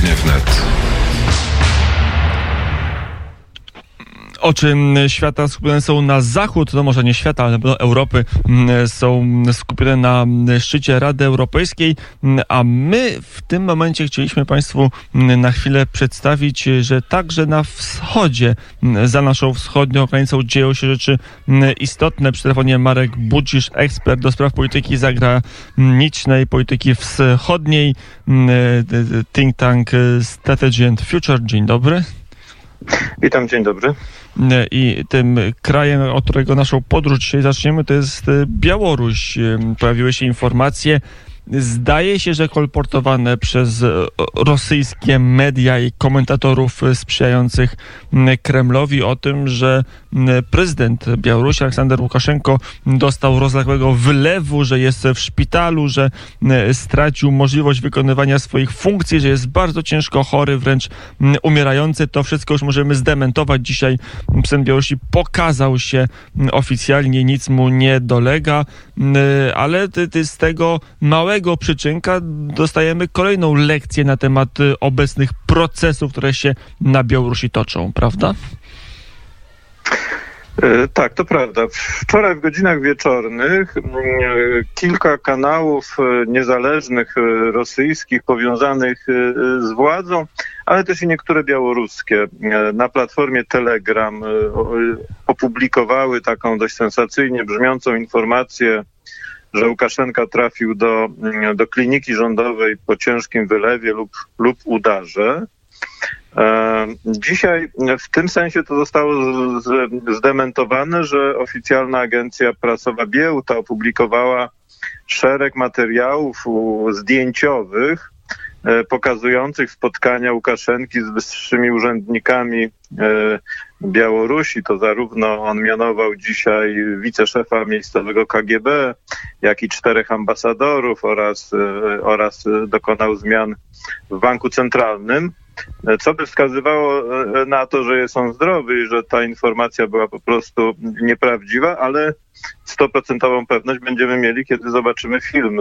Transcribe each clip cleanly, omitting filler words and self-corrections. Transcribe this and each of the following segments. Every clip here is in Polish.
Niezależnie wnet. Oczy świata skupione są na zachód, no może nie świata, ale Europy są skupione na szczycie Rady Europejskiej, a my w tym momencie chcieliśmy Państwu na chwilę przedstawić, że także na wschodzie, za naszą wschodnią granicą dzieją się rzeczy istotne. Przy telefonie Marek Budzisz, ekspert do spraw polityki zagranicznej, polityki wschodniej, think tank Strategy and Future. Dzień dobry. Witam, dzień dobry. I tym krajem, od którego naszą podróż dzisiaj zaczniemy, to jest Białoruś. Pojawiły się informacje, zdaje się, że kolportowane przez rosyjskie media i komentatorów sprzyjających Kremlowi o tym, że prezydent Białorusi Aleksander Łukaszenko dostał rozległego wylewu, że jest w szpitalu, że stracił możliwość wykonywania swoich funkcji, że jest bardzo ciężko chory, wręcz umierający. To wszystko już możemy zdementować. Dzisiaj prezydent Białorusi pokazał się oficjalnie, nic mu nie dolega, ale z tego małego przyczynka dostajemy kolejną lekcję na temat obecnych procesów, które się na Białorusi toczą, prawda? Tak, to prawda. Wczoraj w godzinach wieczornych kilka kanałów niezależnych rosyjskich powiązanych z władzą, ale też i niektóre białoruskie na platformie Telegram opublikowały taką dość sensacyjnie brzmiącą informację, że Łukaszenka trafił do kliniki rządowej po ciężkim wylewie lub udarze. Dzisiaj w tym sensie to zostało zdementowane, że oficjalna agencja prasowa Biełta opublikowała szereg materiałów zdjęciowych pokazujących spotkania Łukaszenki z wyższymi urzędnikami Białorusi. To zarówno on mianował dzisiaj wiceszefa miejscowego KGB, jak i 4 ambasadorów oraz dokonał zmian w Banku Centralnym. Co by wskazywało na to, że jest on zdrowy i że ta informacja była po prostu nieprawdziwa, ale 100% pewność będziemy mieli, kiedy zobaczymy film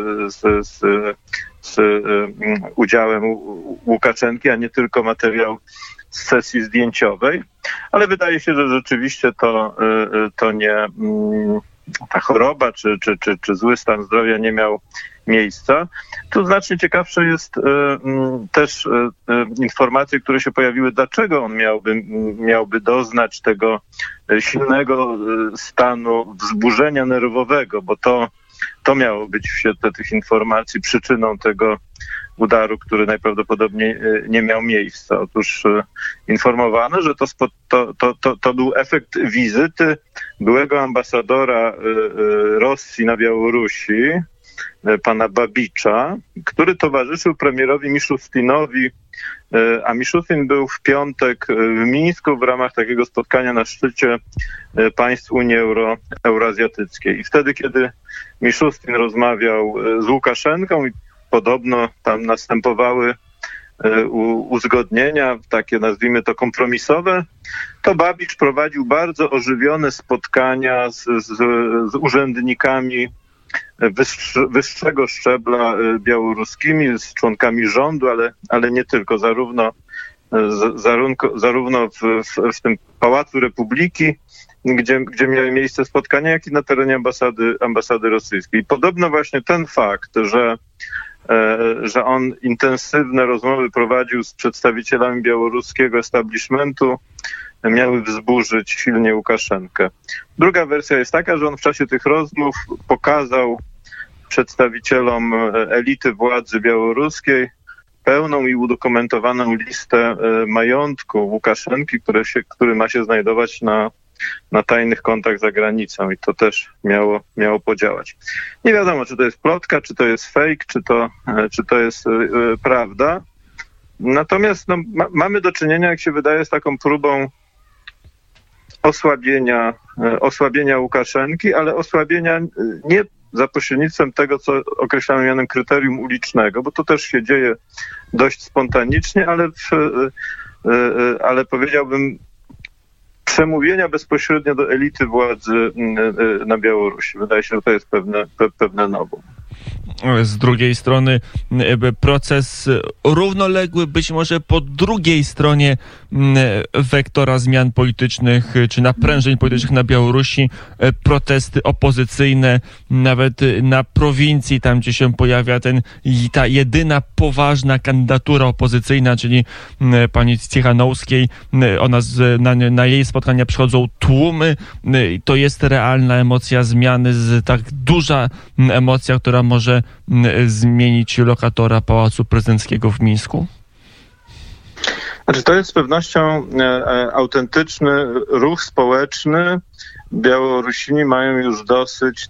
z udziałem Łukaszenki, a nie tylko materiał z sesji zdjęciowej. Ale wydaje się, że rzeczywiście to nie ta choroba czy zły stan zdrowia nie miał miejsca. Tu znacznie ciekawsze jest też informacje, które się pojawiły, dlaczego on miałby doznać tego silnego stanu wzburzenia nerwowego, bo to miało być w świetle tych informacji przyczyną tego udaru, który najprawdopodobniej nie miał miejsca. Otóż informowano, że to był efekt wizyty byłego ambasadora Rosji na Białorusi, pana Babicza, który towarzyszył premierowi Miszustinowi, a Miszustin był w piątek w Mińsku w ramach takiego spotkania na szczycie państw Unii Euroazjatyckiej. I wtedy, kiedy Miszustin rozmawiał z Łukaszenką i podobno tam następowały uzgodnienia, takie nazwijmy to kompromisowe, to Babicz prowadził bardzo ożywione spotkania z urzędnikami wyższego szczebla białoruskimi, z członkami rządu, ale nie tylko, zarówno w tym Pałacu Republiki, gdzie miały miejsce spotkania, jak i na terenie ambasady rosyjskiej. Podobno właśnie ten fakt, że on intensywne rozmowy prowadził z przedstawicielami białoruskiego establishmentu, miały wzburzyć silnie Łukaszenkę. Druga wersja jest taka, że on w czasie tych rozmów pokazał przedstawicielom elity władzy białoruskiej pełną i udokumentowaną listę majątku Łukaszenki, który ma się znajdować na tajnych kontach za granicą, i to też miało podziałać. Nie wiadomo, czy to jest plotka, czy to jest fake, czy to jest prawda. Natomiast mamy do czynienia, jak się wydaje, z taką próbą osłabienia Łukaszenki, ale osłabienia nie za pośrednictwem tego, co określamy mianem kryterium ulicznego, bo to też się dzieje dość spontanicznie, ale powiedziałbym przemówienia bezpośrednio do elity władzy na Białorusi. Wydaje się, że to jest pewne novum. z drugiej strony proces równoległy, być może po drugiej stronie wektora zmian politycznych czy naprężeń politycznych na Białorusi, protesty opozycyjne, nawet na prowincji, tam gdzie się pojawia ta jedyna poważna kandydatura opozycyjna, czyli pani Cichanouskiej. Na jej spotkania przychodzą tłumy. To jest realna emocja zmiany, tak duża emocja, która może zmienić lokatora Pałacu Prezydenckiego w Mińsku? Znaczy, to jest z pewnością autentyczny ruch społeczny. Białorusini mają już dosyć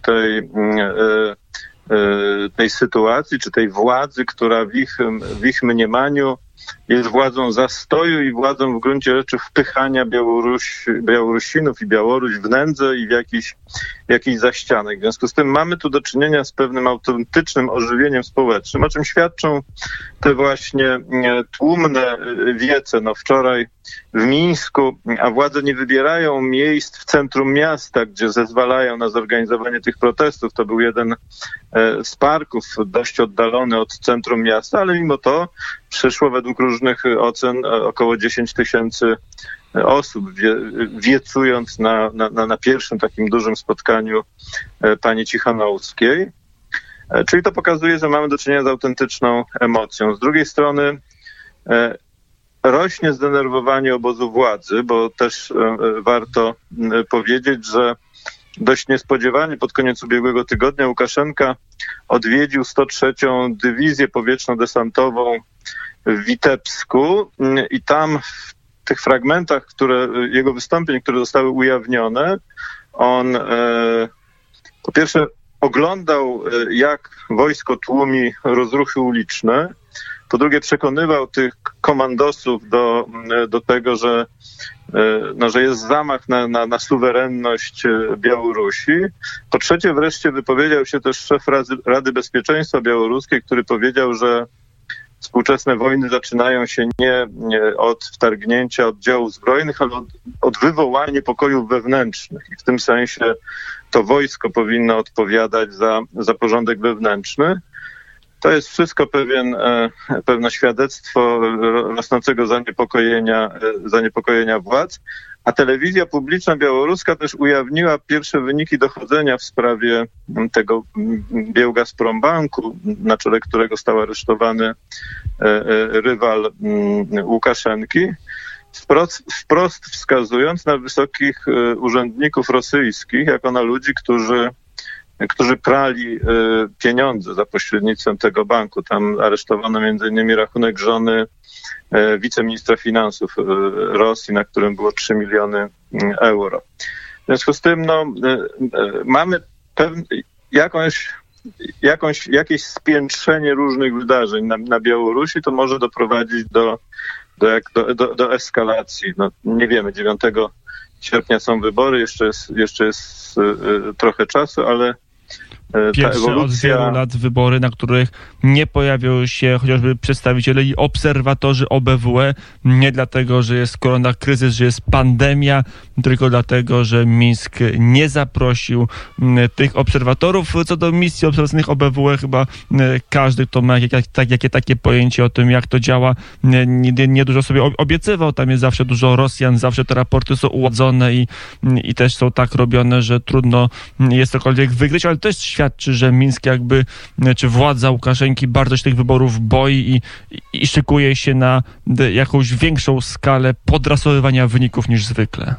tej sytuacji, czy tej władzy, która w ich mniemaniu jest władzą zastoju i władzą w gruncie rzeczy wpychania Białorusinów i Białoruś w nędzę i w jakiś zaścianek. W związku z tym mamy tu do czynienia z pewnym autentycznym ożywieniem społecznym, o czym świadczą te właśnie tłumne wiece. Wczoraj w Mińsku, a władze nie wybierają miejsc w centrum miasta, gdzie zezwalają na zorganizowanie tych protestów. To był jeden z parków dość oddalony od centrum miasta, ale mimo to przyszło według różnych ocen około 10 000 osób, wiecując na pierwszym takim dużym spotkaniu pani Cichanouskiej. Czyli to pokazuje, że mamy do czynienia z autentyczną emocją. Z drugiej strony rośnie zdenerwowanie obozu władzy, bo też warto powiedzieć, że dość niespodziewanie pod koniec ubiegłego tygodnia Łukaszenka odwiedził 103. Dywizję Powietrzno-Desantową w Witebsku i tam w tych fragmentach, jego wystąpień, które zostały ujawnione, on po pierwsze oglądał, jak wojsko tłumi rozruchy uliczne, po drugie przekonywał tych komandosów do tego, że jest zamach na suwerenność Białorusi. Po trzecie wreszcie wypowiedział się też szef Rady Bezpieczeństwa Białoruskiej, który powiedział, że współczesne wojny zaczynają się nie od wtargnięcia oddziałów zbrojnych, ale od wywołania niepokojów wewnętrznych. I w tym sensie to wojsko powinno odpowiadać za porządek wewnętrzny. To jest wszystko pewne świadectwo rosnącego zaniepokojenia władz. A telewizja publiczna białoruska też ujawniła pierwsze wyniki dochodzenia w sprawie tego Białgazprombanku, na czele którego stał aresztowany rywal Łukaszenki, wprost wskazując na wysokich urzędników rosyjskich, jako na ludzi, którzy prali pieniądze za pośrednictwem tego banku. Tam aresztowano m.in. rachunek żony wiceministra finansów Rosji, na którym było 3 miliony euro. W związku z tym mamy jakieś spiętrzenie różnych wydarzeń na Białorusi. To może doprowadzić do eskalacji. Nie wiemy, 9 sierpnia są wybory, jeszcze jest trochę czasu, ale pierwsze od wielu lat wybory, na których nie pojawią się chociażby przedstawiciele i obserwatorzy OBWE, nie dlatego, że jest koronakryzys, że jest pandemia, tylko dlatego, że Mińsk nie zaprosił tych obserwatorów. Co do misji obserwacyjnych OBWE, chyba każdy, kto ma takie pojęcie o tym, jak to działa, nie dużo sobie obiecywał. Tam jest zawsze dużo Rosjan, zawsze te raporty są uładzone i też są tak robione, że trudno jest cokolwiek wygryźć, ale też świadczy, że Mińsk czy władza Łukaszenki bardzo się tych wyborów boi i szykuje się na jakąś większą skalę podrasowywania wyników niż zwykle.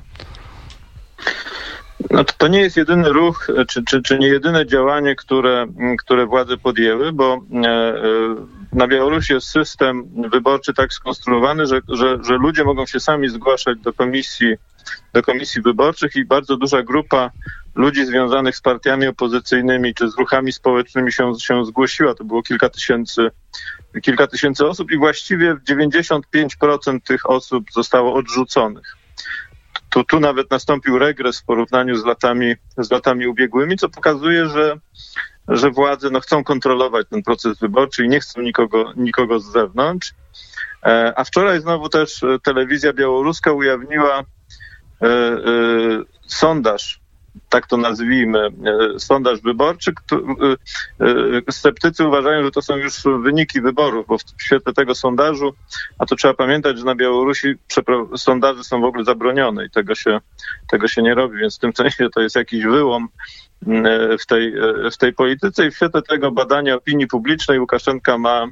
To nie jest jedyny ruch, czy nie jedyne działanie, które władze podjęły, bo na Białorusi jest system wyborczy tak skonstruowany, że ludzie mogą się sami zgłaszać do komisji wyborczych i bardzo duża grupa ludzi związanych z partiami opozycyjnymi czy z ruchami społecznymi się zgłosiła. To było kilka tysięcy osób i właściwie 95% tych osób zostało odrzuconych. Tu nawet nastąpił regres w porównaniu z latami ubiegłymi, co pokazuje, że władze chcą kontrolować ten proces wyborczy i nie chcą nikogo z zewnątrz. A wczoraj znowu też telewizja białoruska ujawniła sondaż tak to nazwijmy, sondaż wyborczy. Sceptycy uważają, że to są już wyniki wyborów, bo w świetle tego sondażu, a to trzeba pamiętać, że na Białorusi sondaże są w ogóle zabronione i tego się nie robi, więc w tym sensie to jest jakiś wyłom w tej polityce i w świetle tego badania opinii publicznej Łukaszenka ma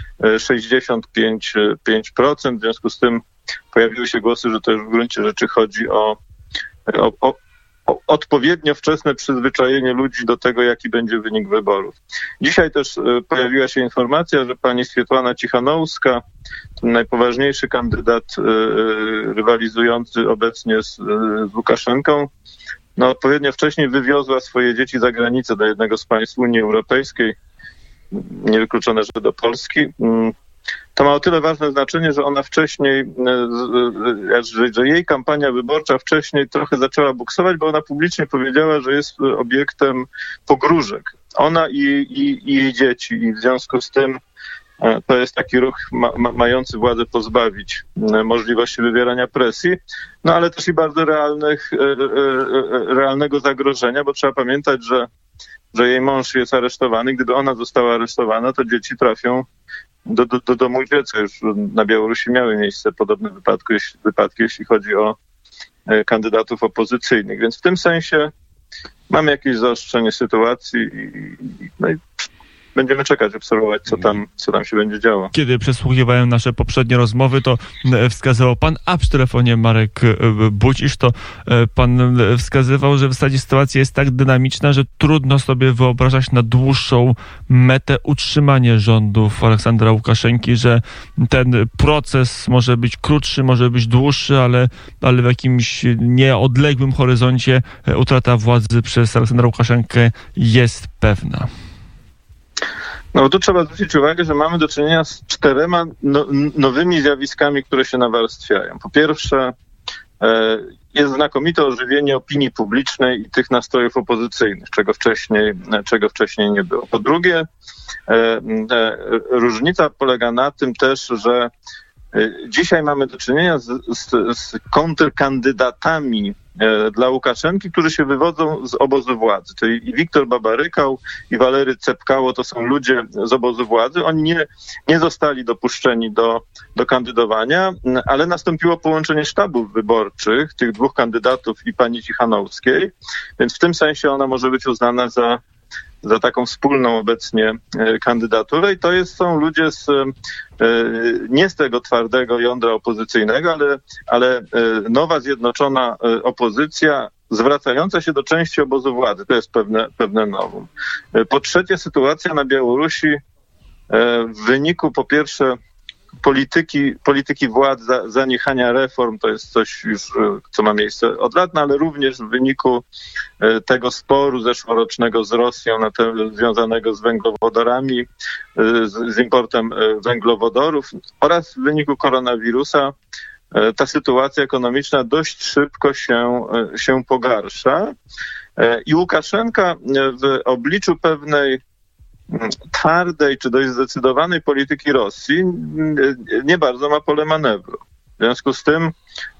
65%, w związku z tym pojawiły się głosy, że to już w gruncie rzeczy chodzi o odpowiednio wczesne przyzwyczajenie ludzi do tego, jaki będzie wynik wyborów. Dzisiaj też pojawiła się informacja, że pani Swiatłana Cichanouska, ten najpoważniejszy kandydat rywalizujący obecnie z Łukaszenką, odpowiednio wcześniej wywiozła swoje dzieci za granicę do jednego z państw Unii Europejskiej, niewykluczone, że do Polski. To ma o tyle ważne znaczenie, że ona wcześniej, że jej kampania wyborcza wcześniej trochę zaczęła buksować, bo ona publicznie powiedziała, że jest obiektem pogróżek. Ona i jej dzieci. I w związku z tym to jest taki ruch mający władzę pozbawić możliwości wywierania presji, ale też i bardzo realnego zagrożenia, bo trzeba pamiętać, że jej mąż jest aresztowany. Gdyby ona została aresztowana, to dzieci trafią do domu dziecka. Już na Białorusi miały miejsce podobne wypadki, jeśli chodzi o kandydatów opozycyjnych. Więc w tym sensie mamy jakieś zaostrzenie sytuacji i będziemy czekać, obserwować, co tam się będzie działo. Kiedy przesłuchiwałem nasze poprzednie rozmowy, to wskazywał pan, a przy telefonie Marek Bucisz, to pan wskazywał, że w zasadzie sytuacja jest tak dynamiczna, że trudno sobie wyobrażać na dłuższą metę utrzymanie rządów Aleksandra Łukaszenki, że ten proces może być krótszy, może być dłuższy, ale w jakimś nieodległym horyzoncie utrata władzy przez Aleksandra Łukaszenkę jest pewna. Tu trzeba zwrócić uwagę, że mamy do czynienia z 4 nowymi zjawiskami, które się nawarstwiają. Po pierwsze, jest znakomite ożywienie opinii publicznej i tych nastrojów opozycyjnych, czego wcześniej nie było. Po drugie, różnica polega na tym też, że dzisiaj mamy do czynienia z kontrkandydatami dla Łukaszenki, którzy się wywodzą z obozu władzy. Czyli i Wiktor Babarykał, i Walery Cepkało to są ludzie z obozu władzy. Oni nie zostali dopuszczeni do kandydowania, ale nastąpiło połączenie sztabów wyborczych, tych 2 kandydatów i pani Cichanouskiej, więc w tym sensie ona może być uznana za taką wspólną obecnie kandydaturę i to są ludzie nie z tego twardego jądra opozycyjnego, ale nowa, zjednoczona opozycja zwracająca się do części obozu władzy. To jest pewne novum. Po trzecie, sytuacja na Białorusi w wyniku po pierwsze polityki władz, zaniechania reform, to jest coś już, co ma miejsce od lat, ale również w wyniku tego sporu zeszłorocznego z Rosją związanego z węglowodorami, z importem węglowodorów oraz w wyniku koronawirusa ta sytuacja ekonomiczna dość szybko się pogarsza i Łukaszenka w obliczu pewnej twardej czy dość zdecydowanej polityki Rosji nie bardzo ma pole manewru. W związku z tym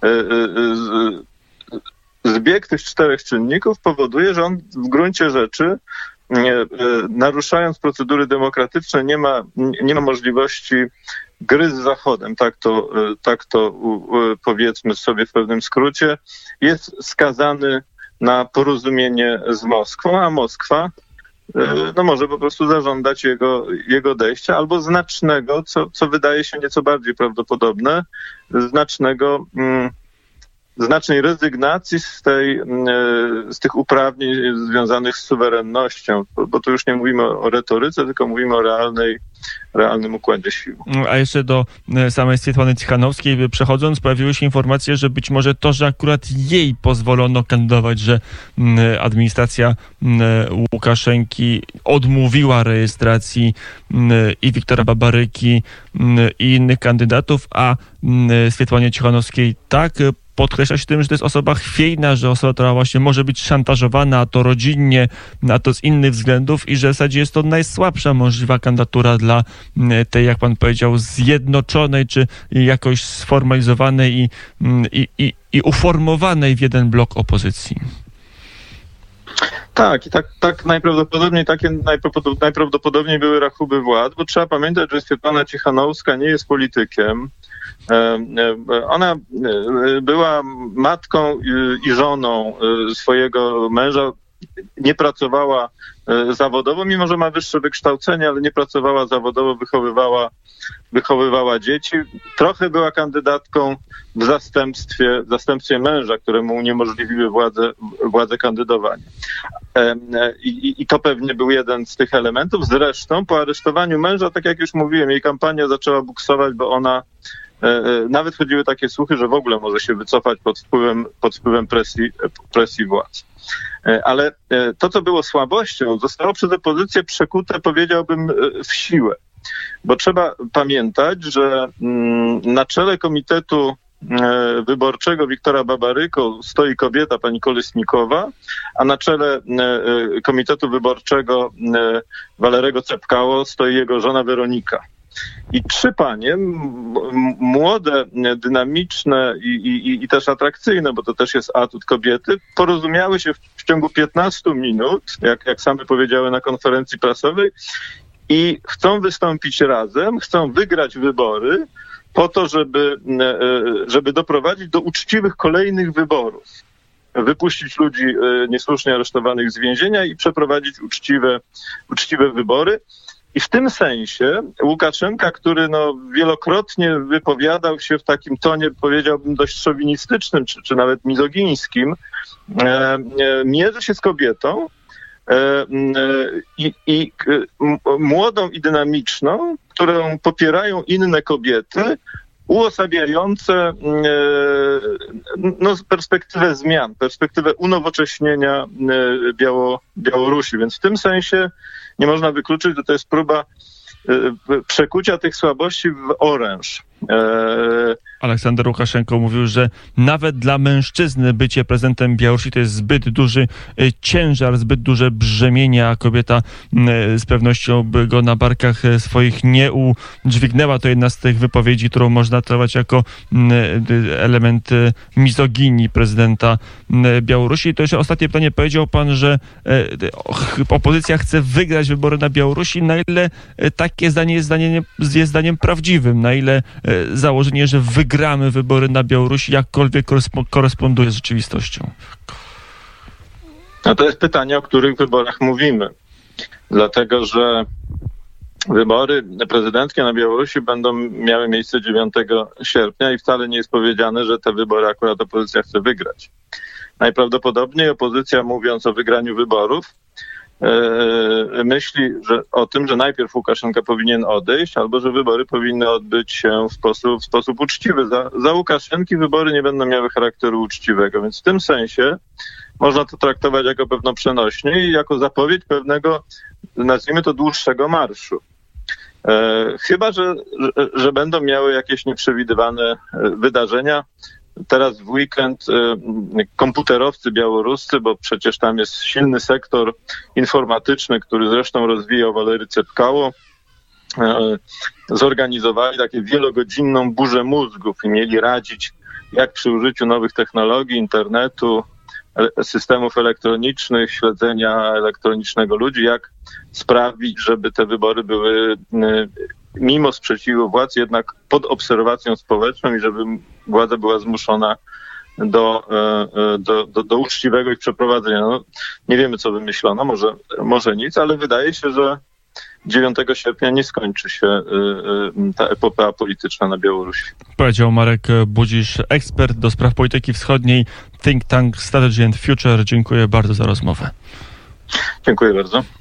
zbieg tych 4 czynników powoduje, że on w gruncie rzeczy, naruszając procedury demokratyczne, nie ma możliwości gry z Zachodem, tak to powiedzmy sobie w pewnym skrócie, jest skazany na porozumienie z Moskwą, a Moskwa może po prostu zażądać jego odejścia albo znacznego, co wydaje się nieco bardziej prawdopodobne, znacznej rezygnacji z tych uprawnień związanych z suwerennością, bo tu już nie mówimy o retoryce, tylko mówimy o realnym układzie sił. A jeszcze do samej Swiatłany Cichanouskiej przechodząc, pojawiły się informacje, że być może to, że akurat jej pozwolono kandydować, że administracja Łukaszenki odmówiła rejestracji i Wiktora Babaryki i innych kandydatów, a Swiatłanie Cichanouskiej tak, podkreśla się tym, że to jest osoba chwiejna, że osoba, która właśnie może być szantażowana, a to rodzinnie, a to z innych względów i że w zasadzie jest to najsłabsza możliwa kandydatura dla tej, jak pan powiedział, zjednoczonej, czy jakoś sformalizowanej i uformowanej w jeden blok opozycji. Tak, i tak najprawdopodobniej były rachuby władz, bo trzeba pamiętać, że Swietlana Cichanouska nie jest politykiem. Ona była matką i żoną swojego męża, nie pracowała zawodowo, mimo że ma wyższe wykształcenie, ale nie pracowała zawodowo, wychowywała dzieci. Trochę była kandydatką w zastępstwie męża, któremu uniemożliwiły władze kandydowania. I to pewnie był jeden z tych elementów. Zresztą po aresztowaniu męża, tak jak już mówiłem, jej kampania zaczęła buksować, bo ona nawet chodziły takie słuchy, że w ogóle może się wycofać pod wpływem presji władz. Ale to, co było słabością, zostało przez opozycję przekute, powiedziałbym, w siłę. Bo trzeba pamiętać, że na czele Komitetu Wyborczego Wiktora Babaryko stoi kobieta, pani Kolesnikowa, a na czele Komitetu Wyborczego Walerego Cepkało stoi jego żona Weronika. I trzy panie, młode, dynamiczne i też atrakcyjne, bo to też jest atut kobiety, porozumiały się w ciągu 15 minut, jak same powiedziały na konferencji prasowej, i chcą wystąpić razem, chcą wygrać wybory po to, żeby doprowadzić do uczciwych kolejnych wyborów. Wypuścić ludzi niesłusznie aresztowanych z więzienia i przeprowadzić uczciwe wybory. I w tym sensie Łukaszenka, który wielokrotnie wypowiadał się w takim tonie, powiedziałbym, dość szowinistycznym, czy nawet mizogińskim, mierzy się z kobietą i młodą i dynamiczną, którą popierają inne kobiety, uosabiające perspektywę zmian, perspektywę unowocześnienia Białorusi. Więc w tym sensie nie można wykluczyć, że to jest próba przekucia tych słabości w oręż. Aleksander Łukaszenko mówił, że nawet dla mężczyzny bycie prezydentem Białorusi to jest zbyt duży ciężar, zbyt duże brzemienie, a kobieta z pewnością by go na barkach swoich nie udźwignęła. To jedna z tych wypowiedzi, którą można traktować jako element mizoginii prezydenta Białorusi. To jeszcze ostatnie pytanie. Powiedział pan, że opozycja chce wygrać wybory na Białorusi. Na ile takie zdanie jest zdaniem prawdziwym? Na ile założenie, że wygramy wybory na Białorusi, jakkolwiek koresponduje z rzeczywistością? No to jest pytanie, o których wyborach mówimy. Dlatego, że wybory prezydenckie na Białorusi będą miały miejsce 9 sierpnia i wcale nie jest powiedziane, że te wybory akurat opozycja chce wygrać. Najprawdopodobniej opozycja, mówiąc o wygraniu wyborów, myśli o tym, że najpierw Łukaszenka powinien odejść, albo że wybory powinny odbyć się w sposób uczciwy. Za Łukaszenki wybory nie będą miały charakteru uczciwego, więc w tym sensie można to traktować jako pewną przenośnię i jako zapowiedź pewnego, nazwijmy to, dłuższego marszu. Chyba, że będą miały jakieś nieprzewidywane wydarzenia. Teraz w weekend komputerowcy białoruscy, bo przecież tam jest silny sektor informatyczny, który zresztą rozwijał Walery Cepkało, zorganizowali takie wielogodzinną burzę mózgów i mieli radzić, jak przy użyciu nowych technologii, internetu, systemów elektronicznych, śledzenia elektronicznego ludzi, jak sprawić, żeby te wybory były mimo sprzeciwu władz jednak pod obserwacją społeczną i żeby władza była zmuszona do uczciwego ich przeprowadzenia. Nie wiemy, co wymyślono, może nic, ale wydaje się, że 9 sierpnia nie skończy się ta epopea polityczna na Białorusi. Powiedział Marek Budzisz, ekspert do spraw polityki wschodniej, Think Tank Strategy and Future. Dziękuję bardzo za rozmowę. Dziękuję bardzo.